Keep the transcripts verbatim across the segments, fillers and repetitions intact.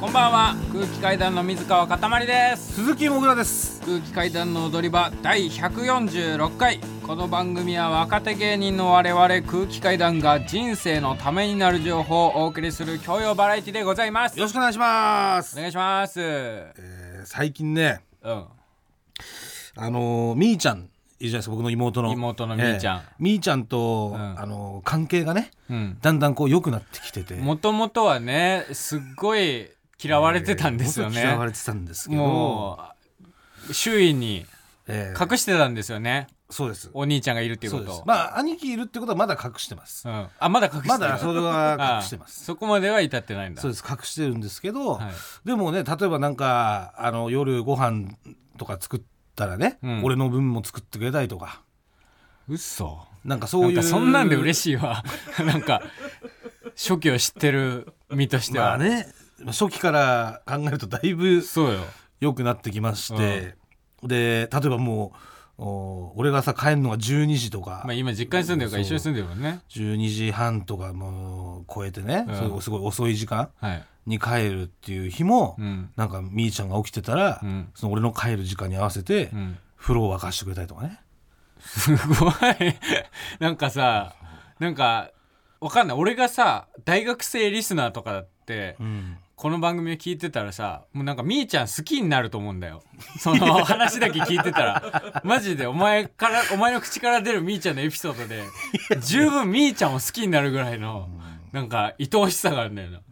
こんばんは。空気階段の水川かたまりです。 鈴木もぐらです。 空気階段の踊り場だいひゃくよんじゅうろっかい。この番組は若手芸人の我々空気階段が人生のためになる情報をお送りする教養バラエティでございます。 よろしくお願いします。 お願いします。 えー、最近ね、 うん、 あのー、みーちゃんいるじゃないですか、僕の妹の妹のみーちゃん、 えー、みーちゃんと、うん、あのー、関係がね、うん、だんだんこう良くなってきてて、 もともとはねすっごい嫌われてたんですよね、 えー、嫌われてたんですけど、 もう周囲に隠してたんですよね、 えー、そうです。 お兄ちゃんがいるっていうことを。 まあ兄貴いるってことはまだ隠してます、うん、 あまだ隠してる。 まだそれは隠してます。 そこまでは至ってないんだ。 そうです、隠してるんですけど、 はい、 でもね、例えばなんかあの夜ご飯とか作ったらね、うん、俺の分も作ってくれたりとか。 嘘。 なんかそういう、 なんかそんなんで嬉しいわなんか初期を知ってる身としては、 まあね、初期から考えるとだいぶ良くなってきまして、うん、で例えばもう俺がさ帰るのがじゅうにじとか、 まあ、今実家に住んでるから一緒に住んでるもんね。 じゅうにじはんとかもう超えてね、うん、それすごい遅い時間に帰るっていう日も、はい、なんかみーちゃんが起きてたら、うん、その俺の帰る時間に合わせて、うん、風呂を沸かしてくれたりとかね。 すごいなんかさ、なんかわかんない、俺がさ大学生リスナーとかだって、うん、この番組を聞いてたらさ、もうなんかみーちゃん好きになると思うんだよ。その話だけ聞いてたらマジでお前からお前の口から出るみーちゃんのエピソードで十分みーちゃんを好きになるぐらいのなんか愛おしさがあるんだよな。 うん、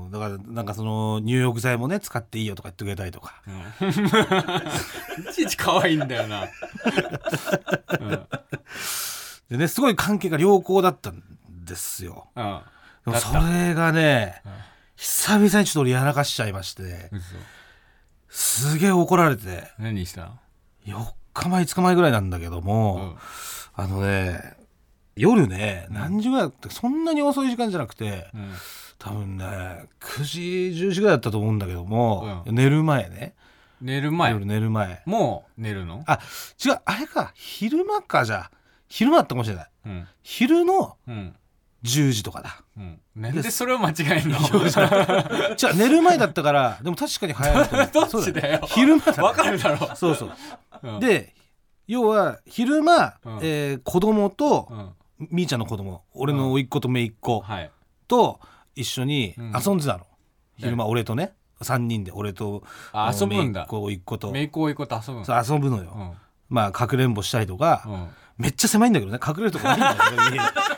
だからなんかその入浴剤もね使っていいよとか言ってくれたりとか、うん、 いちいち可愛いんだよな、 うん、でね、すごい関係が良好だったんですよ、うん、でもそれがね、うん、久々にちょっと俺やらかしちゃいまして、すげえ怒られて。 何したの？ よっかまえいつかまえぐらいなんだけども、うん、あのね夜ね、うん、何時ぐらいだったそんなに遅い時間じゃなくて、うん、多分ねくじじゅうじぐらいだったと思うんだけども、うん、寝る前ね。 寝る前？ 夜寝る前。 もう寝るの？ あ、違う、あれか、昼間か。じゃあ昼間だったかもしれない、うん、昼のじゅうじとかだ、 うん、なんでそれを間違えんの？ じゃあ寝る前だったから。でも確かに早いと思うどっちだよ。 昼間だ、ね、 分かるだろ。 そうそう、うん、で要は昼間、うん、えー、子供と、うん、みーちゃんの子供、俺の甥っ子と姪っ子と一緒に遊んでたの、うん、昼間俺とねさんにんで、俺と遊ぶんだ。 姪っ子甥っ子と姪っ子甥っ子と遊ぶの。 そう遊ぶのよ、うん、まあかくれんぼしたりとか、うん、めっちゃ狭いんだけどね、隠れるとこないんだよね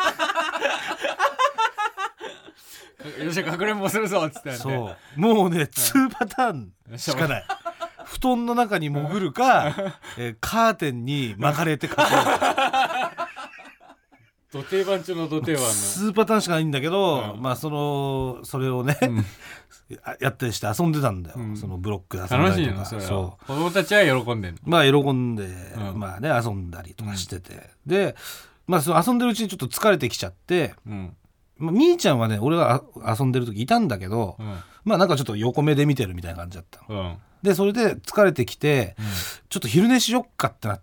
よっしゃかくれんぼするぞっつって、ね、 そうもうねにパターンしかない布団の中に潜るか、えー、カーテンに巻かれて隠れるド定番中のド定番のにパターンしかないんだけど、うん、まあそのそれをね、うん、やったりして遊んでたんだよ、うん、そのブロックで遊んだりとか。 楽しいのそれは。そう子供たちは喜んでるの。 まあ喜んで、うん、まあね遊んだりとかしてて、うん、でまあその遊んでるうちにちょっと疲れてきちゃって、うんまあ、みーちゃんはね俺が遊んでる時いたんだけど、うん、まあなんかちょっと横目で見てるみたいな感じだったの、うん、でそれで疲れてきて、うん、ちょっと昼寝しよっかってなって、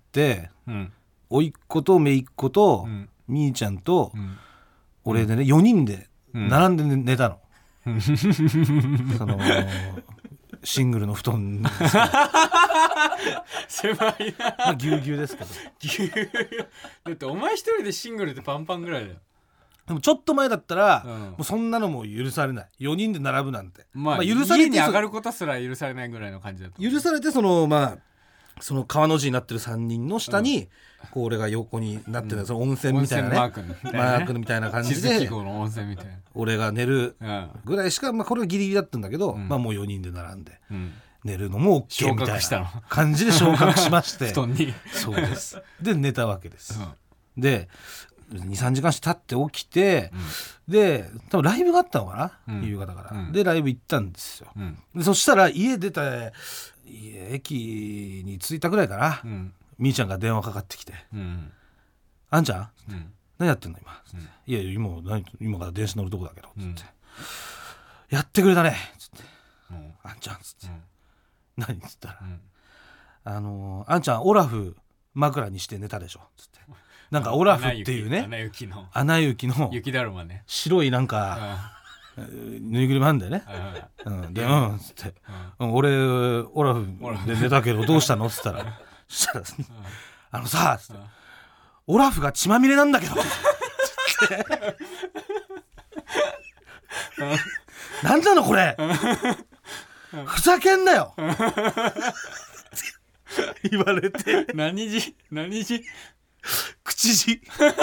うん、甥っ子と姪っ子と、うん、みーちゃんと、うん、俺でねよにんで並んで寝たの、うん、そのシングルの布団です狭いな、 まあ、ぎゅうぎゅうですけどだってお前一人でシングルでパンパンぐらいだよ。 でもちょっと前だったら、うん、もうそんなのも許されない。よにんで並ぶなんて、 まあまあ、許されて家に上がることすら許されないぐらいの感じだと。 許されてそのまあその川の字になってるさんにんの下に、うん、こう俺が横になってる、うん、その温泉みたいなね、 マークみたいな、ね、 マークみたいな感じで地図記号の温泉みたいな俺が寝るぐらいしか、まあ、これはギリギリだったんだけど、うん、まあもうよにんで並んで、うん、寝るのも OK みたいな感じで昇格しまして布団にそうですで寝たわけです、うん、で にさんじかん経って起きて、うん、で多分ライブがあったのかな、うん、夕方から、うん、でライブ行ったんですよ、うん、でそしたら家出た駅に着いたぐらいかな、うん、みーちゃんが電話かかってきて、うん、あんちゃん、うん、何やってんの今、うん、いや今何今から電車乗るとこだけどつって、うん、やってくれたねつって、うん、あんちゃんつって、うん、何つったら、うん、あのあんちゃんオラフ枕にして寝たでしょつって、なんかオラフっていうね、 アナ雪のアナ雪の雪だるまね、 白いなんかぬいぐるみあんだよね、うん、でうんっつって、うん、俺オラフで寝たけどどうしたのっつったらそしたらあのさっつってオラフが血まみれなんだけどなんなのこれふざけんなよ言われて何字何字口字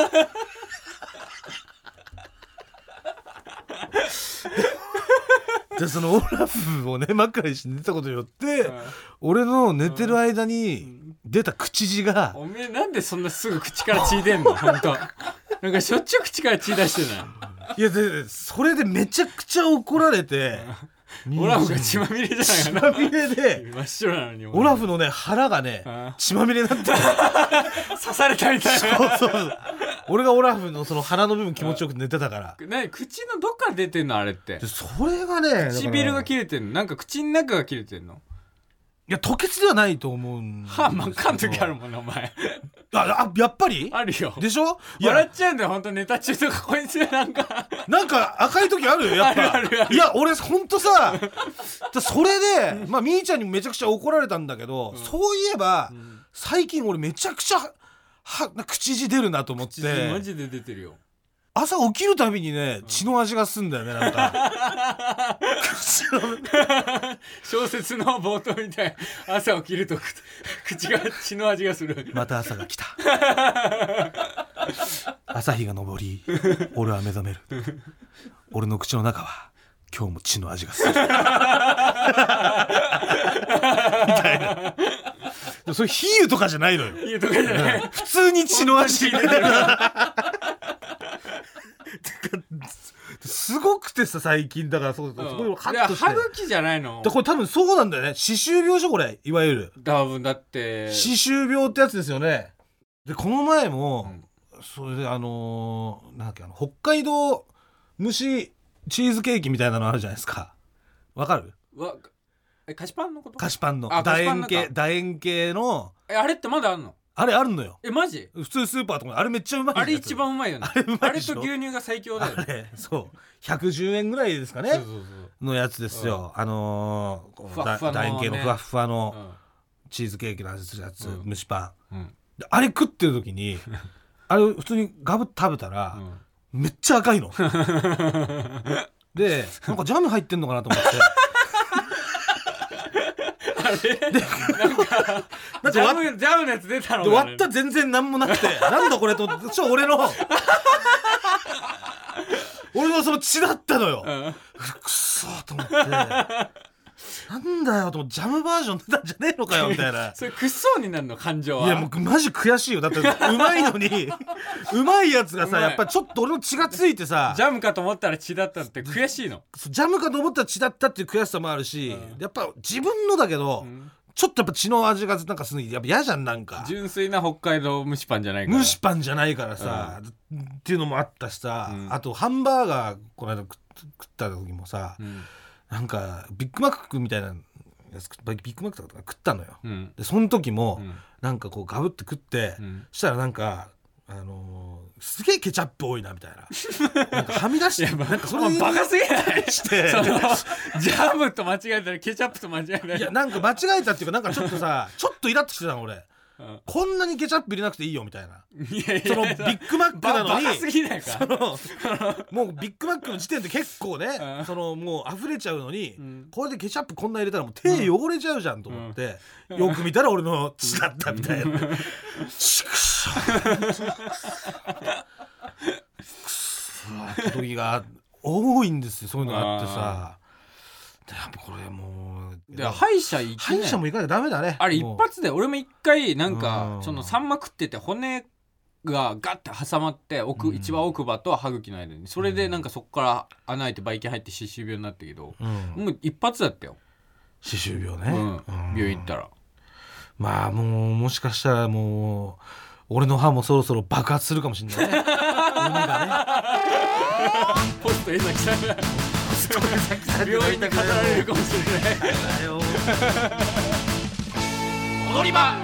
でそのオラフをね枕にして寝たことによって、うん、俺の寝てる間に出た口字が、 おめえなんでそんなすぐ口から血出んのほんとなんかしょっちゅう口から血出してないいやでそれでめちゃくちゃ怒られてオラフが血まみれじゃないかな血まみれで真っ白なのにオラフのね腹がね血まみれになって刺されたみたいなそうそう俺がオラフのその腹の部分気持ちよく寝てたから何口のどっから出てんのあれってそれがね唇が切れてんのなんか口の中が切れてんのいや吐血ではないと思うん歯真っ赤の時あるもんなお前ああやっぱりあるよでしょ笑っちゃうんだよほんとネタ中とかこいつなんかなんか赤い時あるよやっぱあるあるあるいや俺ほんとさそれでまあみーちゃんにもめちゃくちゃ怒られたんだけど、うん、そういえば、うん、最近俺めちゃくちゃは口字出るなと思って口字マジで出てるよ朝起きるたびにね血の味がすんだよねなんか小説の冒頭みたい朝起きると口が血の味がするまた朝が来た朝日が昇り俺は目覚める俺の口の中は今日も血の味がするみたいなそれ比喩とかじゃないのよ比喩とかじゃない普通に血の味が出てるすごくてさ最近だからそう、うん、すごいカッとして歯茎じゃないのこれ多分そうなんだよね歯周病でしょこれいわゆる多分だって歯周病ってやつですよねでこの前も、うん、それであのー、なんだっけあの北海道蒸しチーズケーキみたいなのあるじゃないですかわかるわえ菓子パンのこと菓子パンの楕円形楕円形のえあれってまだあんのあれあるのよえマジ普通スーパーとかあれめっちゃうまいあれ一番うまいよねあれうまいでしょあれと牛乳が最強だよねあれそうひゃくじゅうえんぐらいですかねそうそうそうのやつですよ、うん、あのー、ふわふわの、ね、楕円形のふわふわのチーズケーキのやつ、うん、蒸しパン、うん、であれ食ってる時にあれ普通にガブッと食べたら、うん、めっちゃ赤いのでなんかジャム入ってんのかなと思ってあれでなんかなんかジャムジャムのやつ出たので割った全然なんもなくてなんだこれとちょ俺の俺のその血だったのよ、うん、くそーと思ってなんだよとジャムバージョン出たんじゃねえのかよみたいなそれくっそうになるの感情はいやもうマジ悔しいよだってうまいのにうまいやつがさやっぱちょっと俺の血がついてさジャムかと思ったら血だったって悔しいのジャムかと思ったら血だったっていう悔しさもあるし、うん、やっぱ自分のだけど、うん、ちょっとやっぱ血の味がなんかするのやっぱ嫌じゃんなんか純粋な北海道蒸しパンじゃないから蒸しパンじゃないからさ、うん、っていうのもあったしさ、うん、あとハンバーガーこの間食った時もさ、うん、なんかビッグマックみたいなビッグマックとか食ったのよ、うん、でその時も、うん、なんかこうガブって食って、うん、そしたらなんかあのー、すげえケチャップ多いなみたいななんかはみ出してなんかそれバカすぎないしてそのジャムと間違えたらケチャップと間違えたらいやなんか間違えたっていうかなんかちょっとさちょっとイラッとしてたの俺こんなにケチャップ入れなくていいよみたいないやいやそのビッグマックなのにバカすぎないかそのもうビッグマックの時点で結構ねそのもう溢れちゃうのに、うん、これでケチャップこんな入れたらもう手汚れちゃうじゃんと思って、うん、よく見たら俺の血だったみたいなちくしょくそーって時が多いんですよそういうのがあってさやっぱこれもうで歯医者行歯医者も行かなきゃダメだねあれ一発で俺も一回なんかそのサンマ食ってて骨がガッて挟まって奥、うん、一番奥歯と歯茎の間にそれでなんかそこから穴開いてばい菌入って歯周病になったけど、うん、もう一発だったよ歯周病ね、 うん、病院行ったらまあもうもしかしたらもう俺の歯もそろそろ爆発するかもしれないね海がねポスト江崎さんが病院で語られるかもしれない踊り場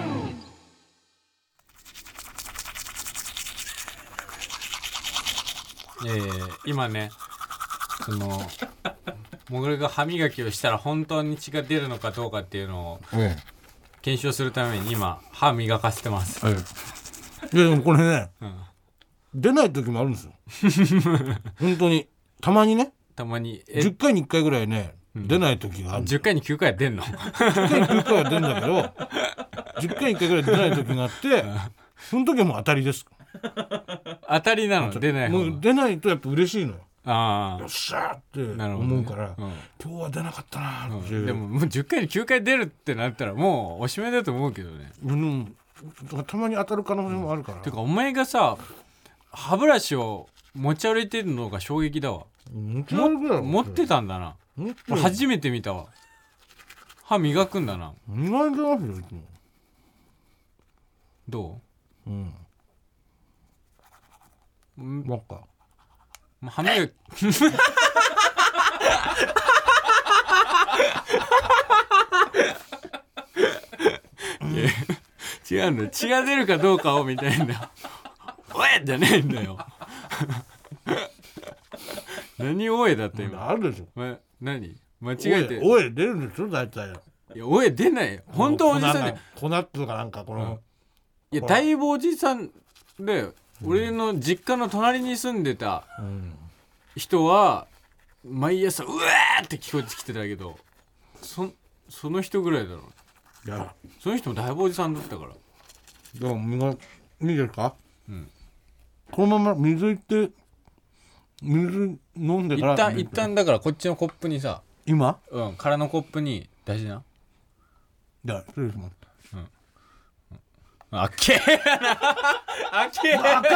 えー、今ねそのもぐらが歯磨きをしたら本当に血が出るのかどうかっていうのを検証するために今歯磨かせてます、 はい、いやでもこれね、うん、出ない時もあるんですよ本当にたまにね、 たまにじゅっかいにいっかいぐらいね、うん、出ない時がある。 じゅっかいにきゅうかいは出んのじゅっかいにきゅうかいは出んだけどじゅっかいにいっかいぐらい出ない時があってその時はもう当たりです。 当たりなの？出ない方もう出ないとやっぱ嬉しいのよ。 あよっしゃーって思うから、ね、うん、今日は出なかったなって、うん、 でももうじゅっかいにきゅうかい出るってなったらもうおしまいだと思うけどね、 うん、たまに当たる可能性もあるから、うん、 てかお前がさ歯ブラシを持ち歩いてるのが衝撃だわ。持ってたんだな。初めて見たわ。歯磨くんだな。 磨いてますよいつも。 どう？うん。 なんか歯磨き違うんだよ。血が出るかどうかを見たいんだよ。おえじゃねえんだよ。何おえだって今。 あるでしょ。 ま、何間違えて。 おえ出るんでしょ大体。 いやおえ出ないよ。本当おじさんで。 粉っていうかなんかこの。うん、 いやだいぶおじさんで、うん、俺の実家の隣に住んでた人は毎朝うわーって聞こえてきてたけど、そその人ぐらいだろう。いやその人もだいぶおじさんだったから。 でもみがいいですか？うん。このまま水いって水飲んでから一旦一旦だからこっちのコップにさ今うん空のコップに大事なじゃあ失礼します。うん、うん、 あっけーなあっけーバカ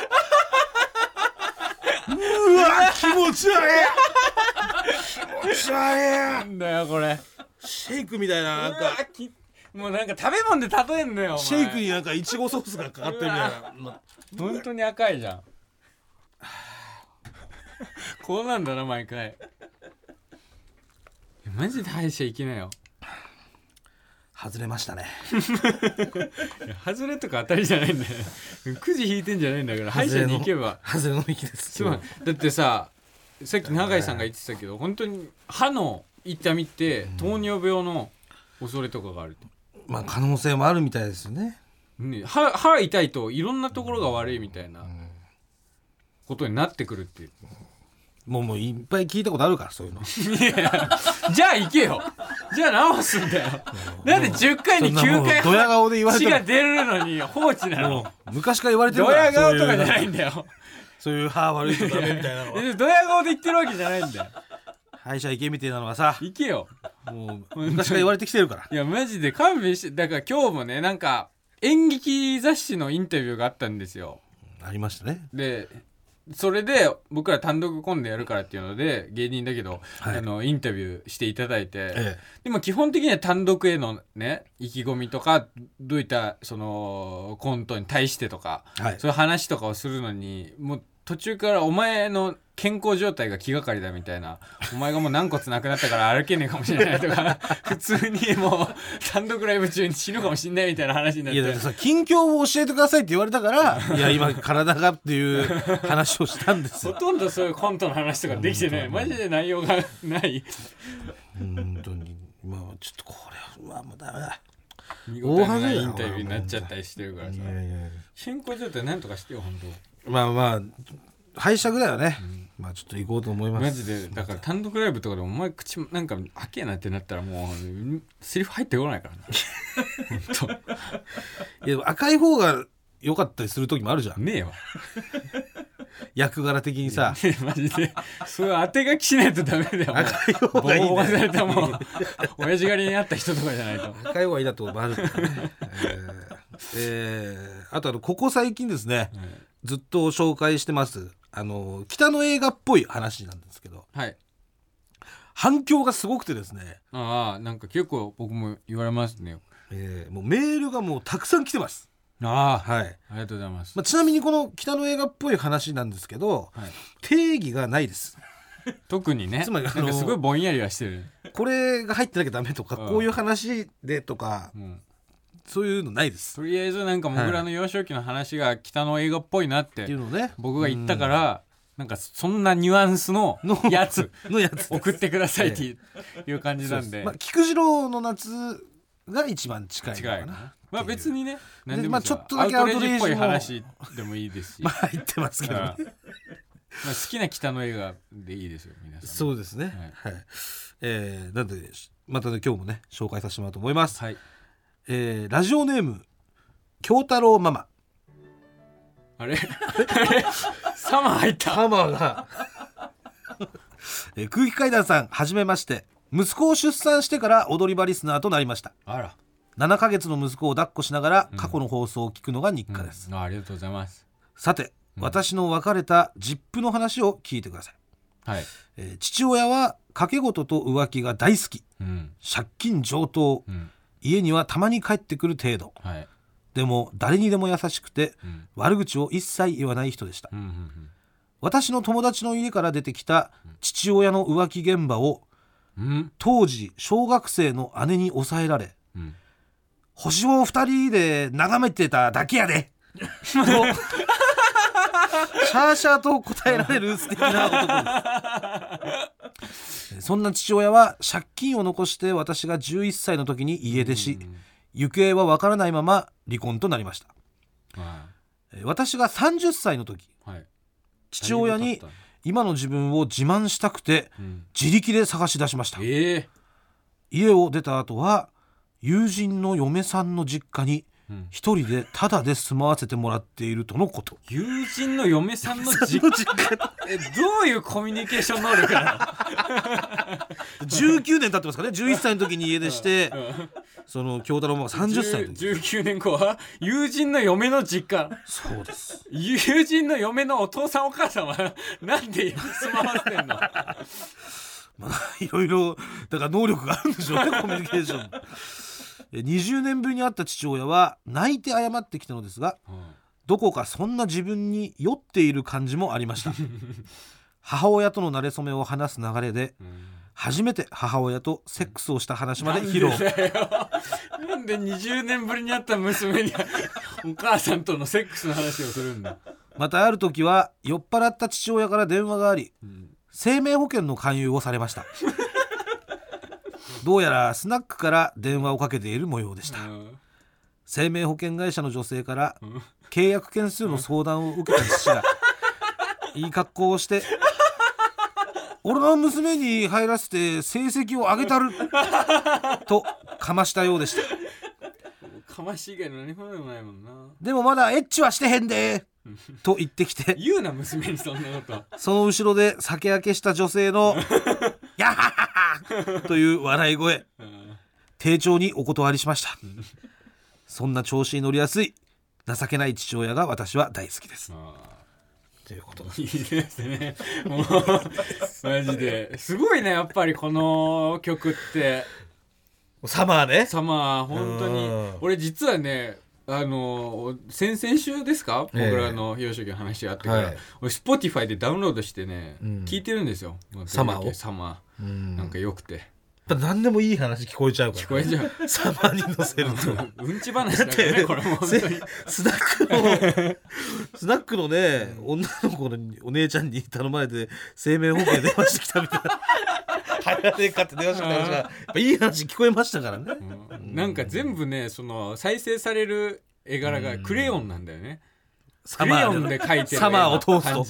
うわ気持ち悪い気持ち悪いなんだよこれシェイクみたいななんかもうなんか食べ物で例えんのよ。 シェイクになんかイチゴソースがかかってるみたいな。 本当に赤いじゃん。こうなんだな毎回。マジで歯医者行きなよ。 外れましたね。 外れとか当たりじゃないんだよ。くじ引いてんじゃないんだから歯医者に行けば。 外れの息です。 だってささっき永井さんが言ってたけど本当に歯の痛みって糖尿病の恐れとかがあると。 まあ可能性もあるみたいですよね。 ね、歯, 歯痛いといろんなところが悪いみたいなことになってくるっていう。 もうもういっぱい聞いたことあるからそういうの。いやじゃあ行けよ。じゃあ直すんだよ。なんでじゅっかいにきゅうかいドヤ顔で言われて血が出るのに放置なの。 昔から言われてるから。ドヤ顔とかじゃないんだよ。 そういう歯悪いとダメみたいなのは。 ドヤ顔で言ってるわけじゃないんだよ。 歯医者行けみたいなのはさ行けよ。 もう昔から言われてきてるから。 いやマジで勘弁して。だから今日もねなんか演劇雑誌のインタビューがあったんですよ。 ありましたね。 でそれで僕ら単独コンでやるからっていうので芸人だけど、はい、あのインタビューしていただいて、ええ、でも基本的には単独へのね意気込みとかどういったそのコントに対してとか、はい、そういう話とかをするのにもう途中からお前の健康状態が気がかりだみたいな、お前がもう軟骨なくなったから歩けねえかもしれないとか普通にもう単独ライブ中に死ぬかもしれないみたいな話になって、 いやだってさ近況を教えてくださいって言われたからいや今体がっていう話をしたんですよ。 ほとんどそういうコントの話とかできてないマジで内容がない本当にまあちょっとこれはもうダメだ。 見事なインタビューになっちゃったりしてるからさ、いやいやいや健康状態なんとかしてよ本当。 まあまあ歯医者ぐらいはね、うん、まあちょっと行こうと思います。 マジでだから単独ライブとかでお前口なんか開けなってなったらもうセリフ入ってこないからな本当。いや赤い方が良かったりする時もあるじゃん。 ねえわ役柄的にさ、 マジでそれ当て書きしないとダメだよ。 赤い方がいい、ね、 ボコボコされたもう親父狩りにあった人とかじゃないと赤い方がいいなとこもあるからね、えーえー、あとあのここ最近ですね、はい、ずっと紹介してますあの北の映画っぽい話なんですけど、はい、反響がすごくてですね。 ああなんか結構僕も言われますね、 えー、もうメールがもうたくさん来てます。 ああ、はい、ありがとうございます、 まあ、ちなみにこの北の映画っぽい話なんですけど、はい、定義がないです。 特にね。つまりなんかすごいぼんやりはしてる。 これが入ってなきゃダメとか、うん、こういう話でとか、うん、そういうのないです。 とりあえずなんかもぐらの幼少期の話が北の映画っぽいなって、はい、僕が言ったから、 なんかそんなニュアンスのやつのやつ送ってくださいっていう感じなんで、 まあ、菊次郎の夏が一番近いのかな。 近いな。まあ別にね、 何でもまあちょっとだけアウトレイジもっぽい話でもいいですし、 まあ入ってますけどね。 まあ、好きな北の映画でいいですよ皆さん。 そうですね。はい。はい、えー、なんでまたね今日もね紹介させてもらおうと思います。はい。えー、ラジオネーム京太郎ママ。 あれあれサマー入った。 サマーが、えー、空気階段さんはじめまして。息子を出産してから踊り場リスナーとなりました。 あら。 ななかげつの息子を抱っこしながら過去の放送を聞くのが日課です。 うんうん、あ, ありがとうございます。 さて、うん、私の別れたジップの話を聞いてください。はい。えー、父親は賭け事と浮気が大好き、うん、借金上等、うん、家にはたまに帰ってくる程度、はい、でも誰にでも優しくて、うん、悪口を一切言わない人でした。うんうんうん、私の友達の家から出てきた父親の浮気現場を、うん、当時小学生の姉に抑えられ、うん、星を二人で眺めてただけやでとシャーシャーと答えられる素敵な男です。そんな父親は借金を残して私がじゅういっさいの時に家出し、行方は分からないまま離婚となりました。はい、私がさんじゅっさいの時、はい、父親に今の自分を自慢したくて、うん、自力で探し出しました。えー、家を出た後は友人の嫁さんの実家に一人でタダで住まわせてもらっているとのこと。 友人の嫁さんの実家えどういうコミュニケーション能力なのじゅうきゅうねん経ってますかね。じゅういっさいの時に家出して、うんうん、その京太郎もさんじゅっさいの時じゅうきゅうねんごは友人の嫁の実家。 そうです。 友人の嫁のお父さんお母さんはなんで住まわせてんのまあいろいろだから能力があるんでしょうねコミュニケーション。にじゅうねんぶりに会った父親は泣いて謝ってきたのですが、うん、どこかそんな自分に酔っている感じもありました。母親との馴れ初めを話す流れで、うん、初めて母親とセックスをした話まで披露。 なんでにじゅうねんぶりに会った娘にお母さんとのセックスの話をするんだ。 またある時は酔っ払った父親から電話があり、うん、生命保険の勧誘をされました。どうやらスナックから電話をかけている模様でした。うん、生命保険会社の女性から、うん、契約件数の相談を受けた父が、うん、いい格好をして俺の娘に入らせて成績を上げたるとかましたようでした。 かまし以外の何もでもないもんな。 でもまだエッチはしてへんでと言ってきて、 言うな娘にそんなこと。 その後ろで酒焼けした女性のやはははという笑い声、丁重にお断りしました。そんな調子に乗りやすい情けない父親が私は大好きです。ということいいですね。もうマジですごいね。やっぱりこの曲ってサマーね。 サマー本当に俺実はね、あの先々週ですか、えー、僕らの幼少期の話があってから、はい、俺 Spotify でダウンロードしてね、うん、聞いてるんですよ。 サマーをサマー、うん、なんかよくて何でもいい話聞こえちゃうから、ね、 聞こえちゃう。 サマーに乗せるとうんち話だからねこれも本当にスナックのスナックのね、うん、女の子のお姉ちゃんに頼まれて生命保険電話してきたみたいな早ねかって電話してきた話がやっぱいい話聞こえましたからね、 うん、なんか全部ねその再生される絵柄がクレヨンなんだよね、うん、クレヨンで描いてるサマーを通すと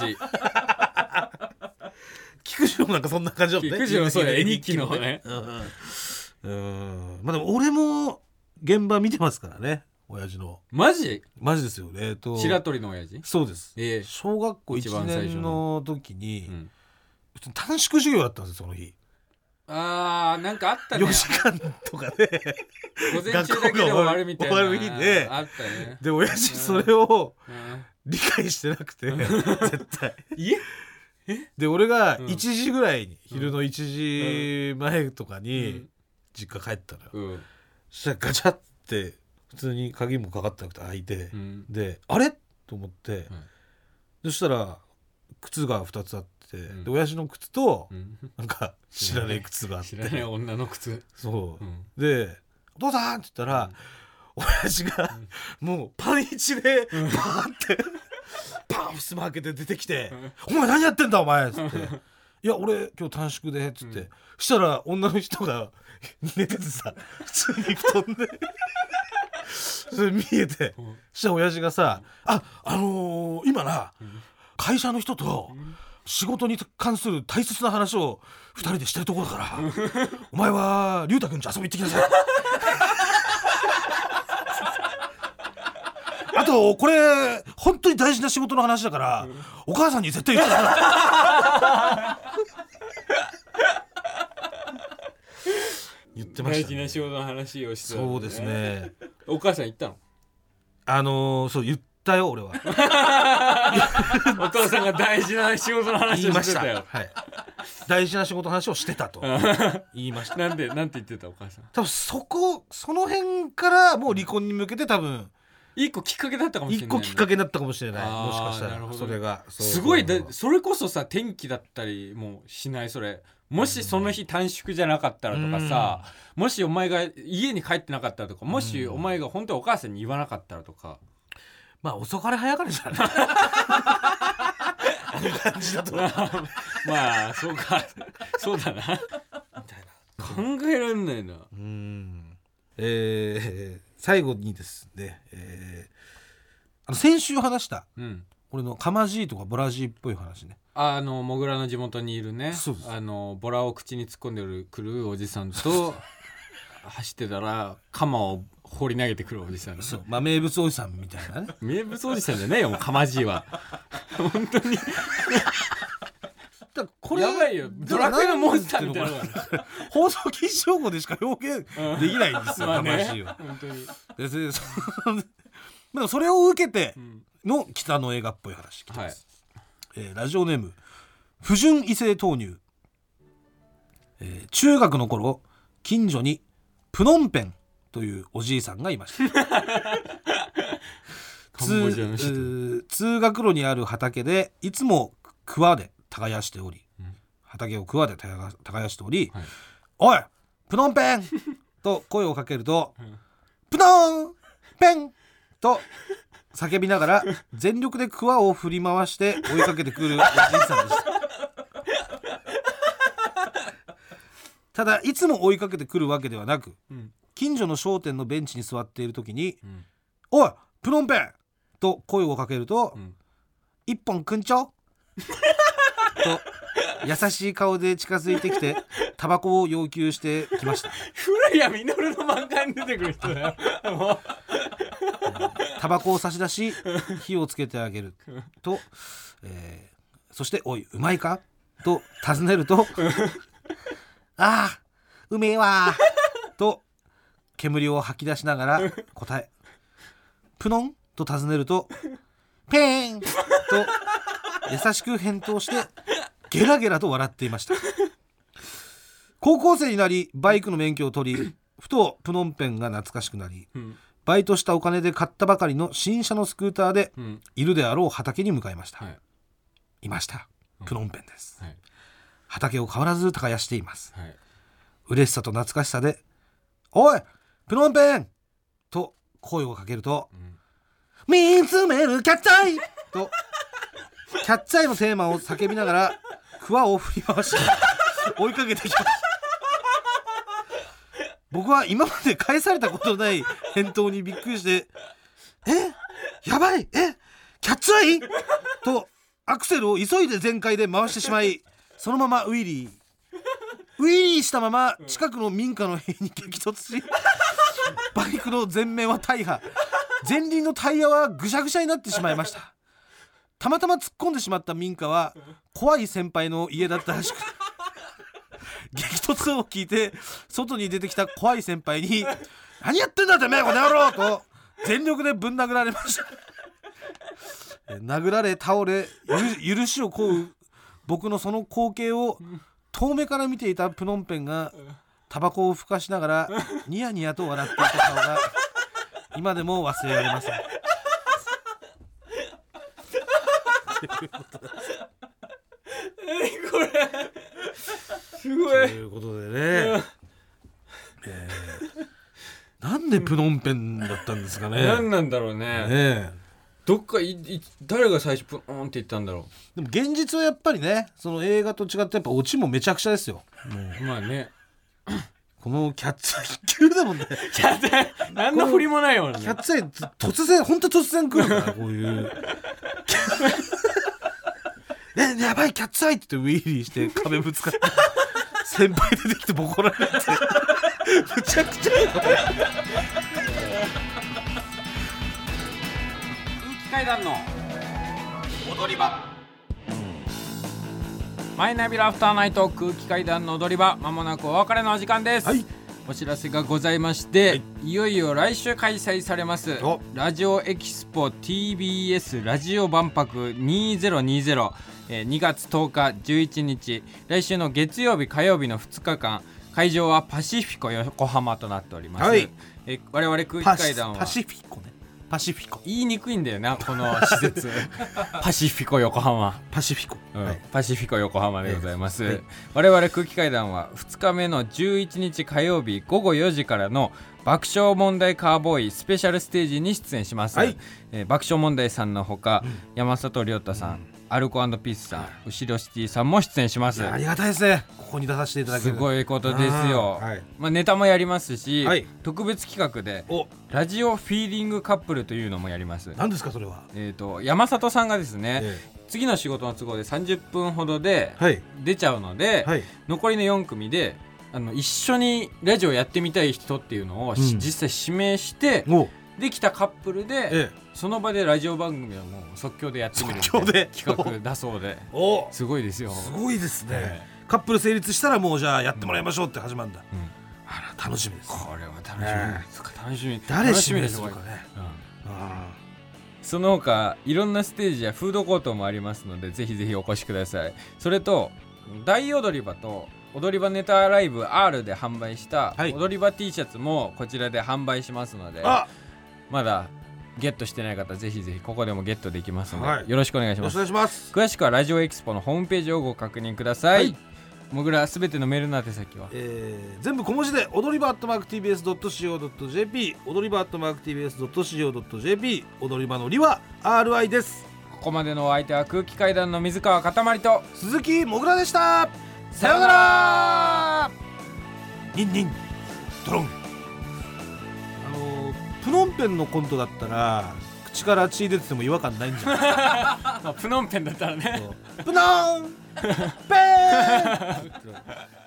菊次郎なんかそんな感じだもんね。 菊次郎そうや絵日記のね。うんうんまあでも俺も現場見てますからね親父の。 マジマジですよね。えっと白鳥の親父。 そうです、えー、小学校いちねんの時に、うん、短縮授業だったんですよその日。 あーなんかあったね。 よじかんとかで午前中だけで終わるみたいな。 終わる日であったね。で親父それを理解してなくて、うん、絶対えで俺がいちじぐらいに、うん、昼のいちじまえとかに実家帰ったのよ、うん、そしたらガチャって普通に鍵もかかってなくて開いて、うん、であれと思って、うん、そしたら靴がふたつあって、うん、で親父の靴と、うん、なんか知らない靴があって、 知らない女の靴そう、うん、でお父さんって言ったら、うん、親父がもうパンイチでバーってパンふすま開けて出てきてお前何やってんだお前っつっていや俺今日短縮でっつって、うん、したら女の人が寝ててさ普通に布団でそれ見えて、うん、したら親父がさ、うん、ああのー、今な、うん、会社の人と仕事に関する大切な話をふたりでしてるところだから、うん、お前は龍太君ち遊び行ってきなさいあとこれ本当に大事な仕事の話だから、うん、お母さんに絶対言っちゃダメ言ってましたね。 大事な仕事の話をしてた、ね、 そうですね。 お母さん言ったの？ あのー、そう言ったよ俺はお父さんが大事な仕事の話をしてたよ。 はい、大事な仕事の話をしてたと言いましたなんでなんて言ってたお母さん？ 多分そこその辺からもう離婚に向けて多分一個きっかけだったかもしれない、ね、 一個きっかけだったかもしれない。もしかしたら、ね、それがそうすごいだそれこそさ天気だったりもしないそれもしその日短縮じゃなかったらとかさ、うん、もしお前が家に帰ってなかったらとかもしお前が本当にお母さんに言わなかったらとか、 まあ遅かれ早かれじゃないあの感じだとまあそうかそうだなみたいな考えられないな。 うん、えー、最後にですね、えー、あの先週話した、うん、俺のカマジーとかボラジーっぽい話ね。 あのモグラの地元にいるねあのボラを口に突っ込んでくるおじさんと走ってたらカマを放り投げてくるおじさん、ね、 そう、まあ、名物おじさんみたいなね名物おじさんじゃねえよもうカマジーは本当にだこれやばいよドラクエのモンスターみたいな放送禁止用語でしか表現できないんですよ、うん、カマジーは、 本当にでそでもそれを受けての北の映画っぽい話来てます、はいえー、ラジオネーム不純異性豆乳、えー、中学の頃近所にプノンペンというおじいさんがいました通, 通学路にある畑でいつも桑で耕しており、うん、畑を桑で耕しており、はい、おいプノンペンと声をかけると、うん、プノンペンと叫びながら全力で桑を振り回して追いかけてくるおじいさんでしたただいつも追いかけてくるわけではなく、うん、近所の商店のベンチに座っている時に、うん、おいプノンペンと声をかけると、うん、一本くんちょと優しい顔で近づいてきてタバコを要求してきました。 古谷実の漫画に出てくる人だよタバコを差し出し火をつけてあげると、えー、そしておいうまいかと尋ねるとああうめえわと煙を吐き出しながら答えプノンと尋ねるとペーンと優しく返答してゲラゲラと笑っていました。高校生になりバイクの免許を取りふとプノンペンが懐かしくなり、うん、バイトしたお金で買ったばかりの新車のスクーターで、うん、いるであろう畑に向かいました、はい、いましたプノンペンです、うんはい、畑を変わらず耕しています、はい、嬉しさと懐かしさでおいプノンペンと声をかけると、うん、見つめるキャッツアイとキャッツアイのテーマを叫びながら桑を振り回し追いかけてきました。僕は今まで返されたことのない返答にびっくりしてえやばいえキャッツアイとアクセルを急いで全開で回してしまいそのままウィリーウィリーしたまま近くの民家の塀に激突しバイクの前面は大破前輪のタイヤはぐしゃぐしゃになってしまいました。たまたま突っ込んでしまった民家は怖い先輩の家だったらしく激突を聞いて外に出てきた怖い先輩に何やってんだてめえこの野郎と全力でぶん殴られました殴られ倒れ許しを請う僕のその光景を遠目から見ていたプノンペンがタバコをふかしながらニヤニヤと笑っていた顔が今でも忘れられません何これすごいということでね、えー、なんでプノンペンだったんですかね。 何なんだろうね。 ねどっかいい誰が最初プーンって言ったんだろう。でも現実はやっぱりねその映画と違ってやっぱオチもめちゃくちゃですよ。 う。まあねこのキャッツアイ急だもんね。 キャッツアイ何の振りもないもんね。 キャッツアイ突然本当突然来るからこういうえやばいキャッツアイってウィーリーして壁ぶつかって先輩出てきてボコられてむちゃくちゃ空気階段の踊り場。マイナビラフターナイト空気階段の踊り場、まもなくお別れのお時間です、はい、お知らせがございまして、はい、いよいよ来週開催されますラジオエキスポ ティービーエス ラジオ万博にせんにじゅう、えー、にがつとおかじゅういちにち来週の月曜日火曜日のふつかかん、会場はパシフィコ横浜となっております、はい、えー、我々空気階段はパシフィコねパシフィコ言いにくいんだよなこの施設パシフィコ横浜パシフィコ、 うんはい、 パシフィコ横浜でございます、 はい、 我々空気階段はふつかめのじゅういちにち火曜日ごごよじからの爆笑問題カーボーイスペシャルステージに出演します、はい、えー、爆笑問題さんのほか、うん、山里亮太さん、うん、アルコ&ピースさん、後ろシティさんも出演します。 ありがたいですね、ここに出させていただけるすごいことですよ、はい、まあ、ネタもやりますし、はい、特別企画でラジオフィーリングカップルというのもやります。 何ですかそれは。 えーと、山里さんがですね、ええ、次の仕事の都合でさんじゅっぷんほどで出ちゃうので、はい、残りのよんくみであの一緒にラジオやってみたい人っていうのを、うん、実際指名してできたカップルで、ええ、その場でラジオ番組をもう即興でやってみるみたいな企画だそうで、おすごいですよ。 すごいですね、ええ、カップル成立したらもうじゃあやってもらいましょうって始まるんだ、うんうん、あら楽しみです。 これは楽しみです、えー、楽しみ誰指名するかね、うん、 あその他いろんなステージやフードコートもありますのでぜひぜひお越しください。それと大踊り場と踊り場ネタライブ R で販売した踊り場 T シャツもこちらで販売しますので、はい、まだゲットしてない方ぜひぜひここでもゲットできますので、はい、よろしくお願いします。 よろしくお願いします。 詳しくはラジオエキスポのホームページをご確認ください、はい、もぐらすべてのメールの宛先は、 えー、全部小文字で踊り場 アットマークティービーエスドットシーオードットジェーピー 踊り場 アットマークティービーエスドットシーオードットジェーピー 踊り場のりは アールアイ です。 ここまでのお相手は空気階段の水川かたまりと鈴木もぐらでした。さようなら。ニンニンドロン。あのプノンペンのコントだったら口から血出てても違和感ないんじゃないですかプノンペンだったらねプノンペン